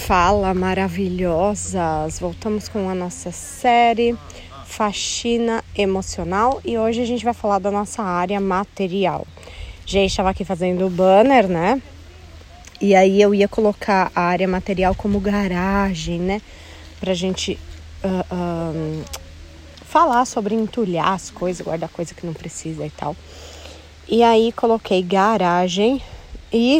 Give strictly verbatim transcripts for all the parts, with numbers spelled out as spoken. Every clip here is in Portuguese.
Fala, maravilhosas! Voltamos com a nossa série Faxina Emocional e hoje a gente vai falar da nossa área material. Gente, estava aqui fazendo o banner, né? E aí eu ia colocar a área material como garagem, né? Pra gente uh, uh, falar sobre entulhar as coisas, guardar coisa que não precisa e tal. E aí coloquei garagem e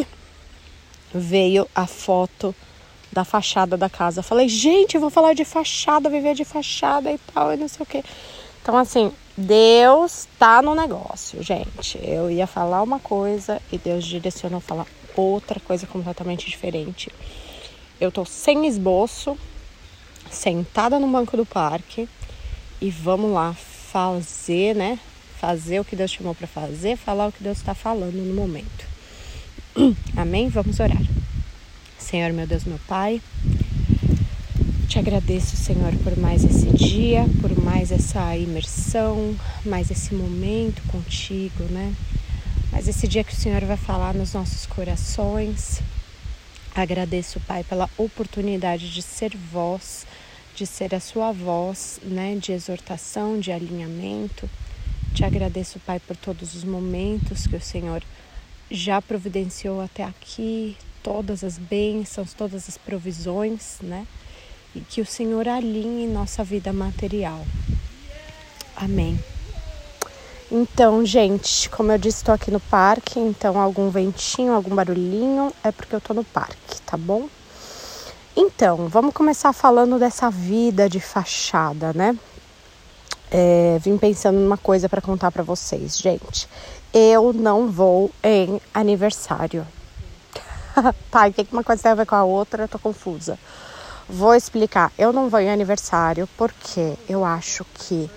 veio a foto da fachada da casa. Falei, gente, eu vou falar de fachada, viver de fachada e tal, e não sei o quê. Então, assim, Deus tá no negócio, gente. Eu ia falar uma coisa e Deus direcionou a falar outra coisa completamente diferente. Eu tô sem esboço, sentada no banco do parque e vamos lá fazer, né? Fazer o que Deus chamou pra fazer, falar o que Deus tá falando no momento. Amém? Vamos orar. Senhor, meu Deus, meu Pai, te agradeço, Senhor, por mais esse dia, por mais essa imersão, mais esse momento contigo, né? Mais esse dia que o Senhor vai falar nos nossos corações. Agradeço, Pai, pela oportunidade de ser voz, de ser a sua voz, né? De exortação, de alinhamento. Te agradeço, Pai, por todos os momentos que o Senhor já providenciou até aqui, todas as bênçãos, todas as provisões, né? E que o Senhor alinhe nossa vida material. Amém. Então, gente, como eu disse, estou aqui no parque, então algum ventinho, algum barulhinho, é porque eu tô no parque, tá bom? Então, vamos começar falando dessa vida de fachada, né? É, vim pensando numa coisa para contar para vocês, gente. Eu não vou em aniversário. Pai, o que uma coisa tem a ver com a outra? Eu tô confusa. Vou explicar. Eu não vou em aniversário porque eu acho que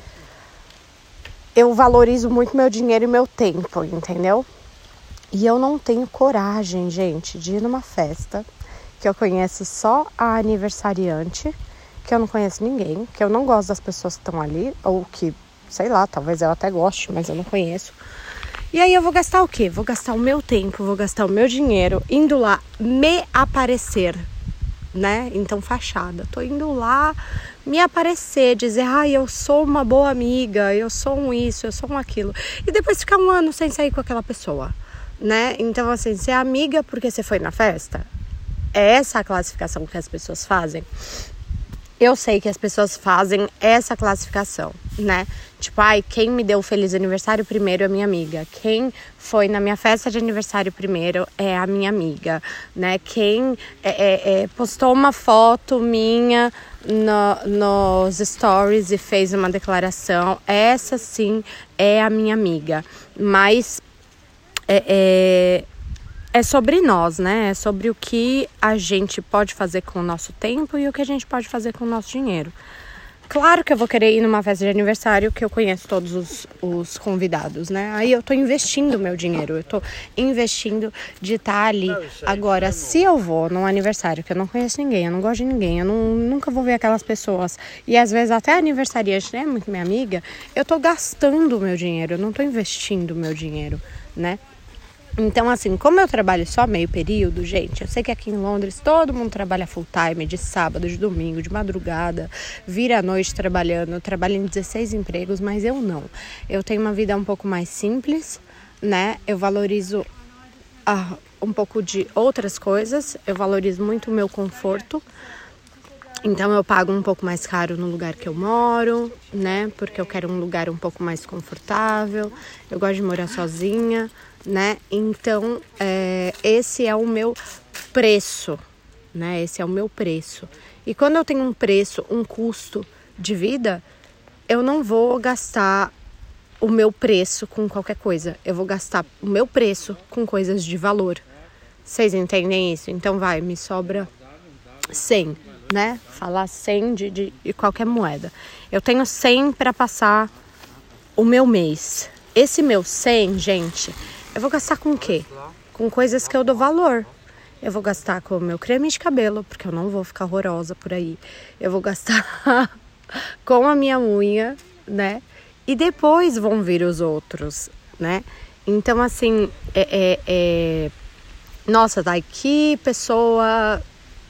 eu valorizo muito meu dinheiro e meu tempo, entendeu? E eu não tenho coragem, gente, de ir numa festa que eu conheço só a aniversariante, que eu não conheço ninguém, que eu não gosto das pessoas que estão ali, ou que, sei lá, talvez eu até goste, mas eu não conheço. E aí eu vou gastar o quê? Vou gastar o meu tempo, vou gastar o meu dinheiro indo lá me aparecer, né? Então, fachada. Tô indo lá me aparecer, dizer, ai, eu sou uma boa amiga, eu sou um isso, eu sou um aquilo. E depois ficar um ano sem sair com aquela pessoa, né? Então, assim, ser amiga porque você foi na festa, é essa a classificação que as pessoas fazem. Eu sei que as pessoas fazem essa classificação, né? Tipo, ai, quem me deu feliz aniversário primeiro é minha amiga. Quem foi na minha festa de aniversário primeiro é a minha amiga, né? Quem é, é, é, postou uma foto minha no, nos stories e fez uma declaração, essa sim é a minha amiga. Mas é... é É sobre nós, né? É sobre o que a gente pode fazer com o nosso tempo e o que a gente pode fazer com o nosso dinheiro. Claro que eu vou querer ir numa festa de aniversário que eu conheço todos os, os convidados, né? Aí eu tô investindo meu dinheiro, eu tô investindo de estar ali. Agora, se eu vou num aniversário que eu não conheço ninguém, eu não gosto de ninguém, eu não, nunca vou ver aquelas pessoas, e às vezes até aniversariante, né? Muito minha amiga, eu tô gastando o meu dinheiro, eu não tô investindo o meu dinheiro, né? Então, assim, como eu trabalho só meio período, gente, eu sei que aqui em Londres todo mundo trabalha full time, de sábado, de domingo, de madrugada, vira à noite trabalhando. Eu trabalho em dezesseis empregos, mas eu não. Eu tenho uma vida um pouco mais simples, né? Eu valorizo ah, um pouco de outras coisas, eu valorizo muito o meu conforto. Então, eu pago um pouco mais caro no lugar que eu moro, né? Porque eu quero um lugar um pouco mais confortável. Eu gosto de morar sozinha, né? Então, é, esse é o meu preço, né? Esse é o meu preço. E quando eu tenho um preço, um custo de vida, eu não vou gastar o meu preço com qualquer coisa. Eu vou gastar o meu preço com coisas de valor. Vocês entendem isso? Então, vai, me sobra cem, né? Falar cem de, de, de qualquer moeda. Eu tenho cem para passar o meu mês. Esse meu cem, gente, eu vou gastar com o quê? Com coisas que eu dou valor. Eu vou gastar com o meu creme de cabelo, porque eu não vou ficar horrorosa por aí. Eu vou gastar com a minha unha, né? E depois vão vir os outros, né? Então, assim, é... é, é... Nossa, Dai, que pessoa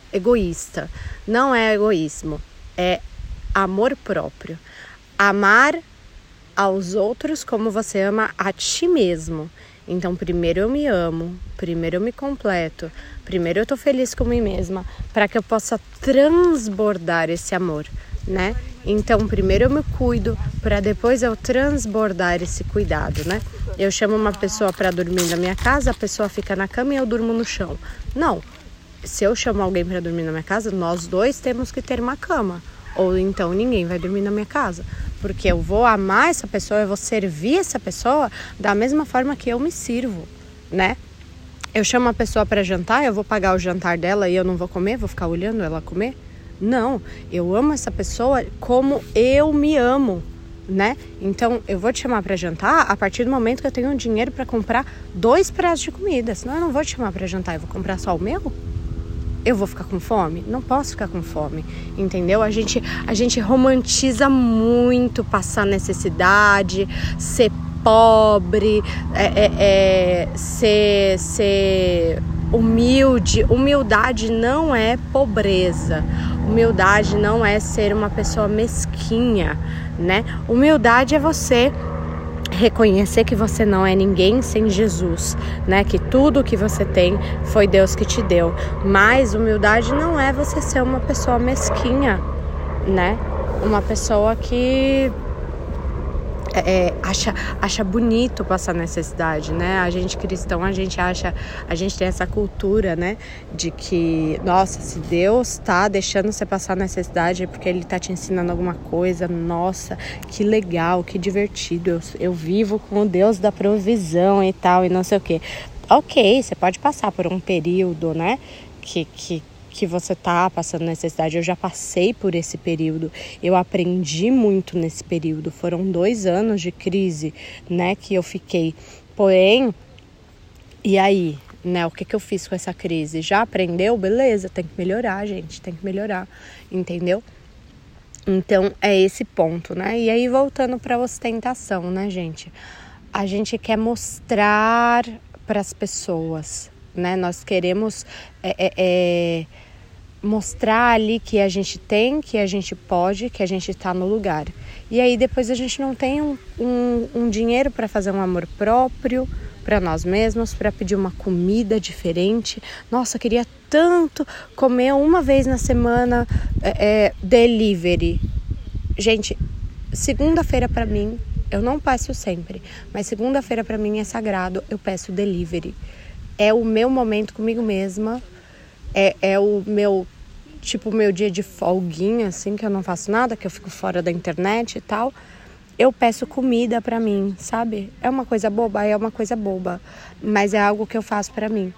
egoísta. Não é egoísmo, é amor próprio. Amar aos outros como você ama a ti mesmo. Então, primeiro eu me amo, primeiro eu me completo, primeiro eu tô feliz com mim mesma, para que eu possa transbordar esse amor, né? Então, primeiro eu me cuido, para depois eu transbordar esse cuidado, né? Eu chamo uma pessoa para dormir na minha casa, a pessoa fica na cama e eu durmo no chão. Não, se eu chamo alguém para dormir na minha casa, nós dois temos que ter uma cama. Ou então ninguém vai dormir na minha casa. Porque eu vou amar essa pessoa, eu vou servir essa pessoa da mesma forma que eu me sirvo, né? Eu chamo a pessoa para jantar, eu vou pagar o jantar dela e eu não vou comer, vou ficar olhando ela comer? Não, eu amo essa pessoa como eu me amo, né? Então, eu vou te chamar para jantar a partir do momento que eu tenho dinheiro para comprar dois pratos de comida. Senão eu não vou te chamar para jantar, eu vou comprar só o meu? Eu vou ficar com fome? Não posso ficar com fome, entendeu? A gente, a gente romantiza muito passar necessidade, ser pobre, é, é, é, ser, ser humilde. Humildade não é pobreza. Humildade não é ser uma pessoa mesquinha, né? Humildade é você reconhecer que você não é ninguém sem Jesus, né? Que tudo que você tem foi Deus que te deu. Mas humildade não é você ser uma pessoa mesquinha, né? Uma pessoa que é, acha, acha bonito passar necessidade, né? A gente cristão, a gente acha, a gente tem essa cultura, né? De que, nossa, se Deus tá deixando você passar necessidade é porque Ele tá te ensinando alguma coisa. Nossa, que legal, que divertido. Eu, eu vivo com o Deus da provisão e tal, e não sei o quê. Ok, você pode passar por um período, né? Que, que que você tá passando necessidade. Eu já passei por esse período, eu aprendi muito nesse período, foram dois anos de crise, né, que eu fiquei, porém, e aí, né, o que que eu fiz com essa crise? Já aprendeu? Beleza, tem que melhorar, gente, tem que melhorar, entendeu? Então, é esse ponto, né, e aí voltando pra ostentação, né, gente, a gente quer mostrar para as pessoas, né, nós queremos é, é, é, mostrar ali que a gente tem, que a gente pode, que a gente está no lugar. E aí depois a gente não tem um, um, um dinheiro para fazer um amor próprio para nós mesmos, para pedir uma comida diferente. Nossa, eu queria tanto comer uma vez na semana é, é, delivery. Gente, segunda-feira para mim, eu não peço sempre, mas segunda-feira para mim é sagrado, eu peço delivery. É o meu momento comigo mesma, é, é o meu, tipo, meu dia de folguinha, assim, que eu não faço nada, que eu fico fora da internet e tal. Eu peço comida pra mim, sabe? É uma coisa boba, é uma coisa boba, mas é algo que eu faço pra mim.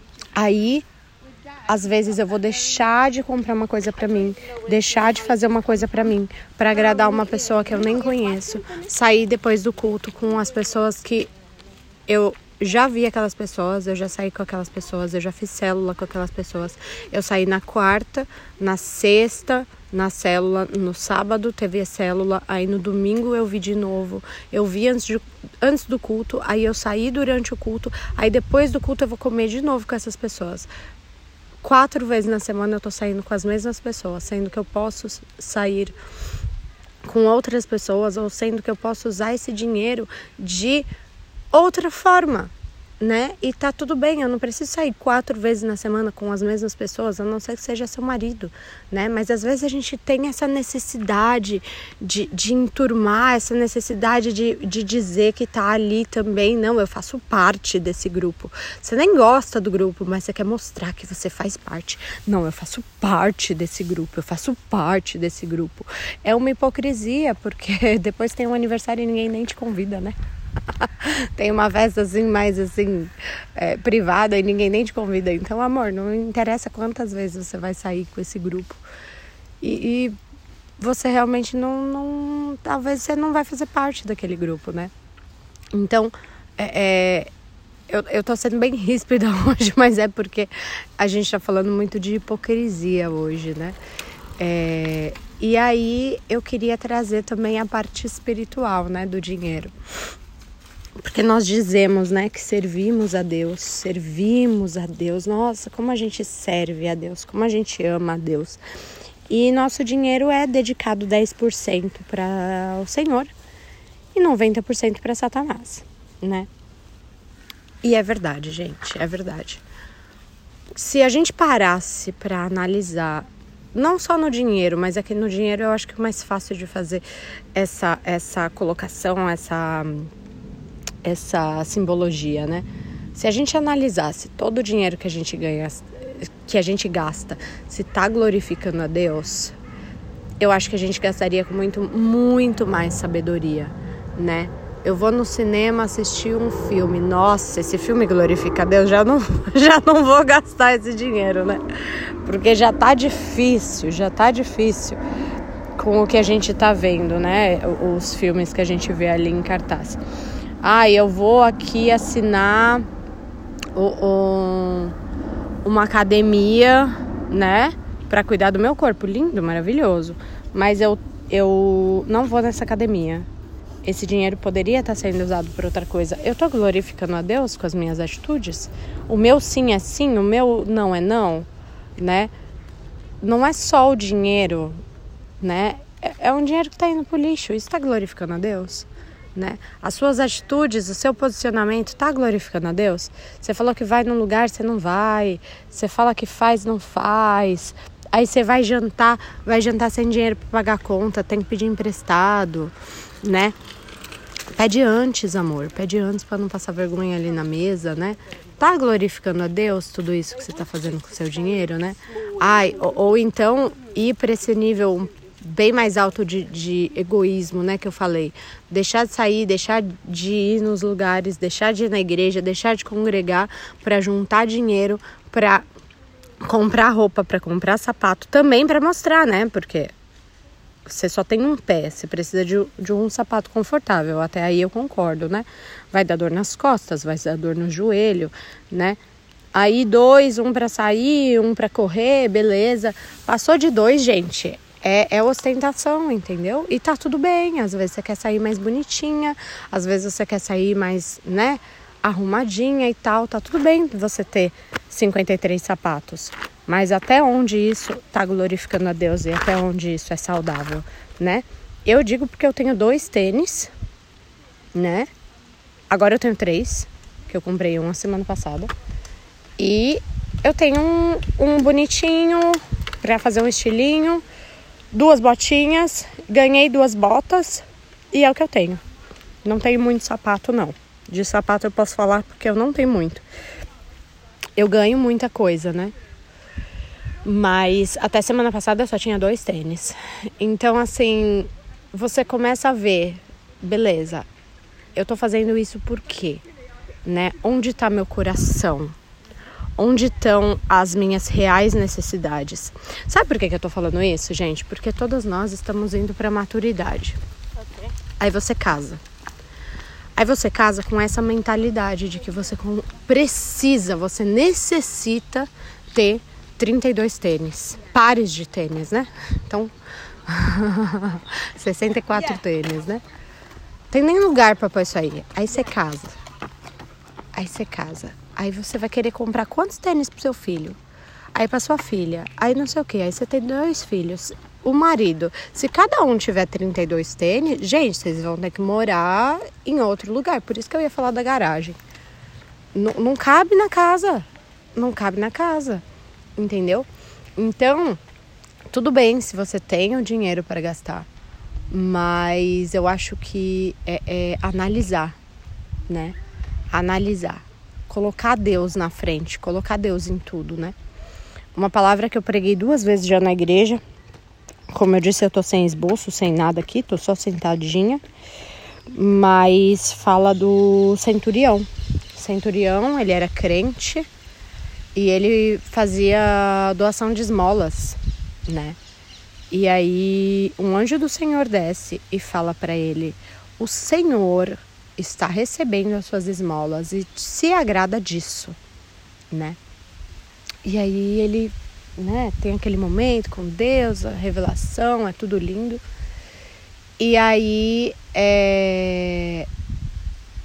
Aí, às vezes eu vou deixar de comprar uma coisa pra mim, deixar de fazer uma coisa pra mim, pra agradar uma pessoa que eu nem conheço, sair depois do culto com as pessoas que eu já vi aquelas pessoas, eu já saí com aquelas pessoas, eu já fiz célula com aquelas pessoas. Eu saí na quarta, na sexta, na célula, no sábado teve a célula, aí no domingo eu vi de novo. Eu vi antes, de, antes do culto, aí eu saí durante o culto, aí depois do culto eu vou comer de novo com essas pessoas. Quatro vezes na semana eu tô saindo com as mesmas pessoas, sendo que eu posso sair com outras pessoas, ou sendo que eu posso usar esse dinheiro de outra forma, né? E tá tudo bem, eu não preciso sair quatro vezes na semana com as mesmas pessoas, a não ser que seja seu marido, né? Mas às vezes a gente tem essa necessidade de, de enturmar, essa necessidade de, de dizer que tá ali também. Não, eu faço parte desse grupo. Você nem gosta do grupo, mas você quer mostrar que você faz parte. Não, eu faço parte desse grupo, eu faço parte desse grupo. É uma hipocrisia, porque depois tem um aniversário e ninguém nem te convida, né? Tem uma festa assim, mais assim, é, privada, e ninguém nem te convida. Então, amor, não interessa quantas vezes você vai sair com esse grupo. E, e você realmente não, não... Talvez você não vai fazer parte daquele grupo, né? Então, é, é, eu, eu tô sendo bem ríspida hoje, mas é porque a gente tá falando muito de hipocrisia hoje, né? É, e aí, eu queria trazer também a parte espiritual, né, do dinheiro. Porque nós dizemos, né, que servimos a Deus, servimos a Deus. Nossa, como a gente serve a Deus, como a gente ama a Deus. E nosso dinheiro é dedicado dez por cento para o Senhor e noventa por cento para Satanás, né? E é verdade, gente, é verdade. Se a gente parasse para analisar, não só no dinheiro, mas aqui no dinheiro eu acho que é mais fácil de fazer essa, essa colocação, essa, essa simbologia, né? Se a gente analisasse todo o dinheiro que a gente ganha, que a gente gasta, se tá glorificando a Deus, eu acho que a gente gastaria com muito, muito mais sabedoria, né? Eu vou no cinema assistir um filme, nossa, esse filme glorifica a Deus, já não, já não vou gastar esse dinheiro, né? Porque já tá difícil, já tá difícil com o que a gente tá vendo, né? Os filmes que a gente vê ali em cartaz. Ah, eu vou aqui assinar o, o, uma academia, né? Pra cuidar do meu corpo, lindo, maravilhoso. Mas eu, eu não vou nessa academia. Esse dinheiro poderia estar sendo usado por outra coisa. Eu estou glorificando a Deus com as minhas atitudes? O meu sim é sim, o meu não é não, né? Não é só o dinheiro, né? É, é um dinheiro que está indo pro lixo. Isso está glorificando a Deus, né? As suas atitudes, o seu posicionamento está glorificando a Deus? Você falou que vai num lugar, você não vai. Você fala que faz, não faz. Aí você vai jantar, vai jantar sem dinheiro para pagar a conta, tem que pedir emprestado, né? Pede antes, amor. Pede antes para não passar vergonha ali na mesa, né? Tá glorificando a Deus tudo isso que você tá fazendo com o seu dinheiro, né? Ai, ou, ou então ir para esse nível bem mais alto de, de egoísmo, né? Que eu falei. Deixar de sair, deixar de ir nos lugares, deixar de ir na igreja, deixar de congregar para juntar dinheiro, para comprar roupa, para comprar sapato. Também para mostrar, né? Porque você só tem um pé, você precisa de, de um sapato confortável. Até aí eu concordo, né? Vai dar dor nas costas, vai dar dor no joelho, né? Aí dois, um pra sair, um pra correr, beleza. Passou de dois, gente, é, é ostentação, entendeu? E tá tudo bem, às vezes você quer sair mais bonitinha, às vezes você quer sair mais, né, arrumadinha e tal. Tá tudo bem você ter cinquenta e três sapatos. Mas até onde isso tá glorificando a Deus e até onde isso é saudável, né? Eu digo porque eu tenho dois tênis, né? Agora eu tenho três, que eu comprei um a semana passada. E eu tenho um, um bonitinho pra fazer um estilinho, duas botinhas, ganhei duas botas e é o que eu tenho. Não tenho muito sapato, não. De sapato eu posso falar porque eu não tenho muito. Eu ganho muita coisa, né? Mas até semana passada eu só tinha dois tênis. Então, assim, você começa a ver, beleza, eu tô fazendo isso por quê? Né? Onde tá meu coração? Onde estão as minhas reais necessidades? Sabe por que que eu tô falando isso, gente? Porque todas nós estamos indo pra maturidade. Okay. Aí você casa. Aí você casa com essa mentalidade de que você precisa, você necessita ter trinta e dois tênis, pares de tênis, né? Então, sessenta e quatro tênis, né? Tem nem lugar pra pôr isso aí. Aí você casa. Aí você casa. Aí você vai querer comprar quantos tênis pro seu filho? Aí pra sua filha. Aí não sei o que. Aí você tem dois filhos. O marido. Se cada um tiver trinta e dois tênis, gente, vocês vão ter que morar em outro lugar. Por isso que eu ia falar da garagem. Não, não cabe na casa. Não cabe na casa. Entendeu? Então, tudo bem se você tem o dinheiro para gastar, mas eu acho que é, é analisar, né? Analisar, colocar Deus na frente, colocar Deus em tudo, né? Uma palavra que eu preguei duas vezes já na igreja, como eu disse, eu tô sem esboço, sem nada aqui, tô só sentadinha, mas fala do centurião. Centurião, ele era crente. E ele fazia doação de esmolas, né? E aí um anjo do Senhor desce e fala para ele: o Senhor está recebendo as suas esmolas e se agrada disso, né? E aí ele, né, tem aquele momento com Deus, a revelação, é tudo lindo. E aí, é...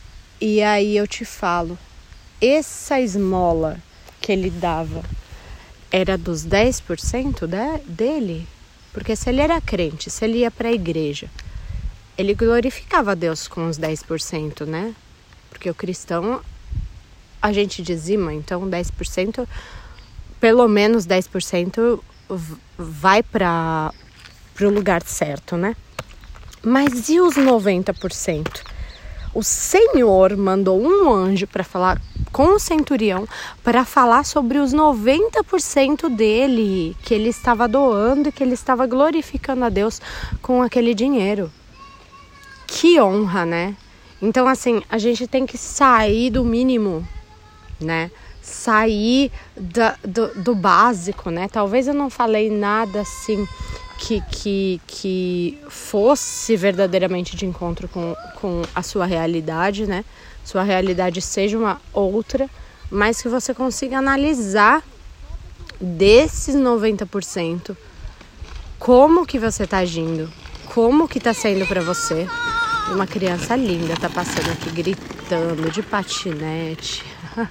E aí eu te falo, essa esmola que ele dava era dos dez por cento de, dele? Porque se ele era crente, se ele ia para a igreja, ele glorificava a Deus com os dez por cento, né? Porque o cristão, a gente dizima, então dez por cento, pelo menos dez por cento vai para o lugar certo, né? Mas e os noventa por cento? O Senhor mandou um anjo para falar com o centurião, para falar sobre os noventa por cento dele, que ele estava doando e que ele estava glorificando a Deus com aquele dinheiro. Que honra, né? Então, assim, a gente tem que sair do mínimo, né? Sair da, do, do básico, né? Talvez eu não falei nada assim que, que, que fosse verdadeiramente de encontro com, com a sua realidade, né? Sua realidade seja uma outra, mas que você consiga analisar desses noventa por cento como que você está agindo, como que está sendo para você. Uma criança linda tá passando aqui gritando de patinete.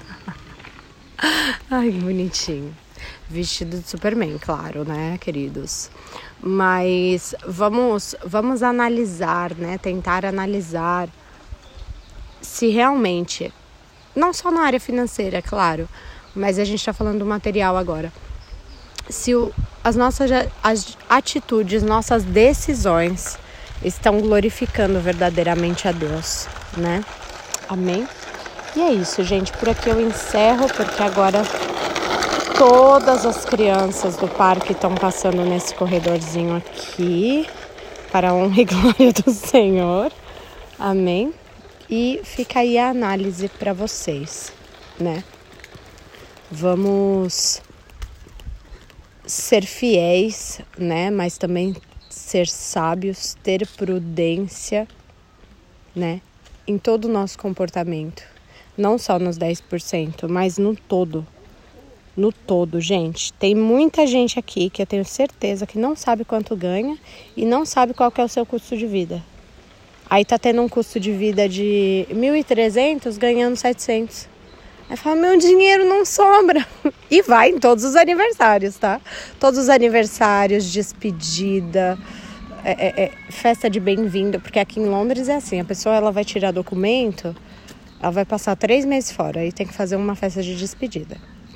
Ai, que bonitinho. Vestido de Superman, claro, né, queridos? Mas vamos, vamos analisar, né? Tentar analisar se realmente, não só na área financeira, é claro, mas a gente está falando do material agora. Se o, as nossas as atitudes, nossas decisões estão glorificando verdadeiramente a Deus, né? Amém? E é isso, gente. Por aqui eu encerro, porque agora todas as crianças do parque estão passando nesse corredorzinho aqui, para a honra e glória do Senhor. Amém? E fica aí a análise para vocês, né? Vamos ser fiéis, né? Mas também ser sábios, ter prudência, né? Em todo o nosso comportamento. Não só nos dez por cento, mas no todo. No todo, gente. Tem muita gente aqui que eu tenho certeza que não sabe quanto ganha e não sabe qual que é o seu custo de vida. Aí tá tendo um custo de vida de mil e trezentos, ganhando setecentos. Aí fala, meu dinheiro não sobra. E vai em todos os aniversários, tá? Todos os aniversários, despedida, é, é, é, festa de bem-vindo. Porque aqui em Londres é assim, a pessoa ela vai tirar documento, ela vai passar três meses fora e tem que fazer uma festa de despedida.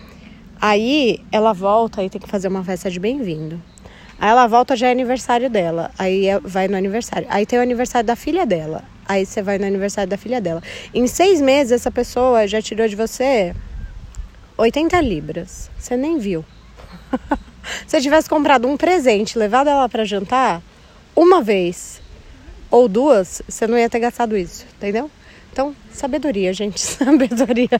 Aí ela volta e tem que fazer uma festa de bem-vindo. Aí ela volta, já é aniversário dela. Aí vai no aniversário. Aí tem o aniversário da filha dela. Aí você vai no aniversário da filha dela. Em seis meses, essa pessoa já tirou de você oitenta libras. Você nem viu. Se você tivesse comprado um presente, levado ela pra jantar, uma vez ou duas, você não ia ter gastado isso. Entendeu? Então, sabedoria, gente. Sabedoria.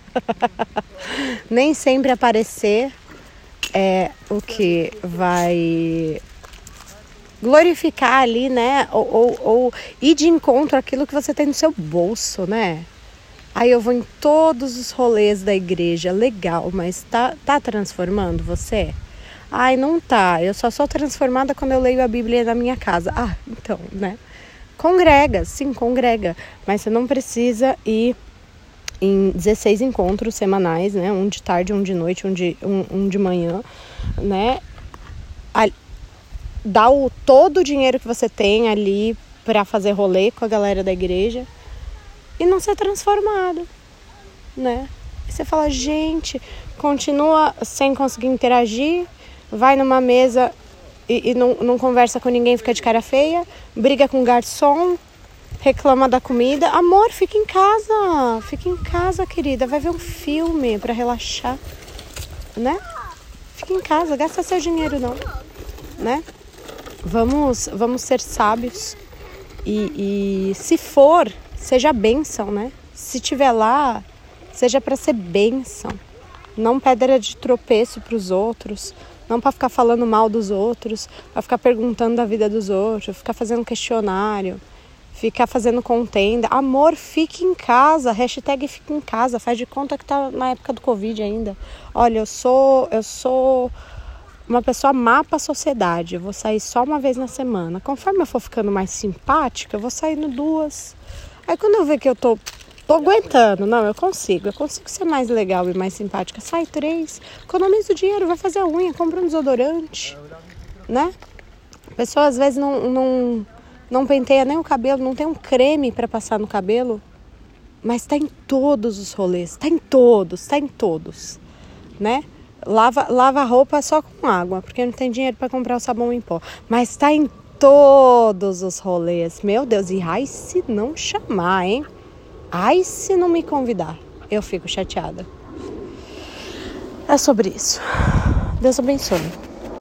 Nem sempre aparecer é o que vai glorificar ali, né? Ou, ou, ou ir de encontro àquilo que você tem no seu bolso, né? Aí eu vou em todos os rolês da igreja, legal, mas tá, tá transformando você? Ai, não tá. Eu só sou transformada quando eu leio a Bíblia na minha casa. Ah, então, né? Congrega, sim, congrega. Mas você não precisa ir em dezesseis encontros semanais, né? Um de tarde, um de noite, um de, um, um de manhã, né? A, dá o, todo o dinheiro que você tem ali para fazer rolê com a galera da igreja e não ser transformado, né? E você fala, gente, continua sem conseguir interagir, vai numa mesa e, e não, não conversa com ninguém, fica de cara feia, briga com o garçom, reclama da comida. Amor, fica em casa, fica em casa, querida, vai ver um filme pra relaxar, né? Fica em casa, gasta seu dinheiro não, né? Vamos, vamos ser sábios e, e se for, seja bênção, né? Se tiver lá, seja para ser bênção, não pedra de tropeço para os outros, não para ficar falando mal dos outros, para ficar perguntando da vida dos outros, ficar fazendo questionário, ficar fazendo contenda. Amor, fique em casa, hashtag fique em casa, faz de conta que tá na época do Covid ainda. Olha, eu sou, eu sou uma pessoa má pra sociedade, eu vou sair só uma vez na semana. Conforme eu for ficando mais simpática, eu vou saindo duas. Aí quando eu ver que eu tô tô aguentando. Não, eu consigo. Eu consigo ser mais legal e mais simpática. Sai três, economiza o dinheiro, vai fazer a unha, compra um desodorante, né? A pessoa às vezes não, não, não penteia nem o cabelo, não tem um creme para passar no cabelo, mas tá em todos os rolês, tá em todos, tá em todos, né? Lava, lava a roupa só com água, porque não tem dinheiro para comprar o sabão em pó, mas tá em todos os rolês. Meu Deus, e ai se não chamar, hein? Ai se não me convidar, eu fico chateada. É sobre isso. Deus abençoe.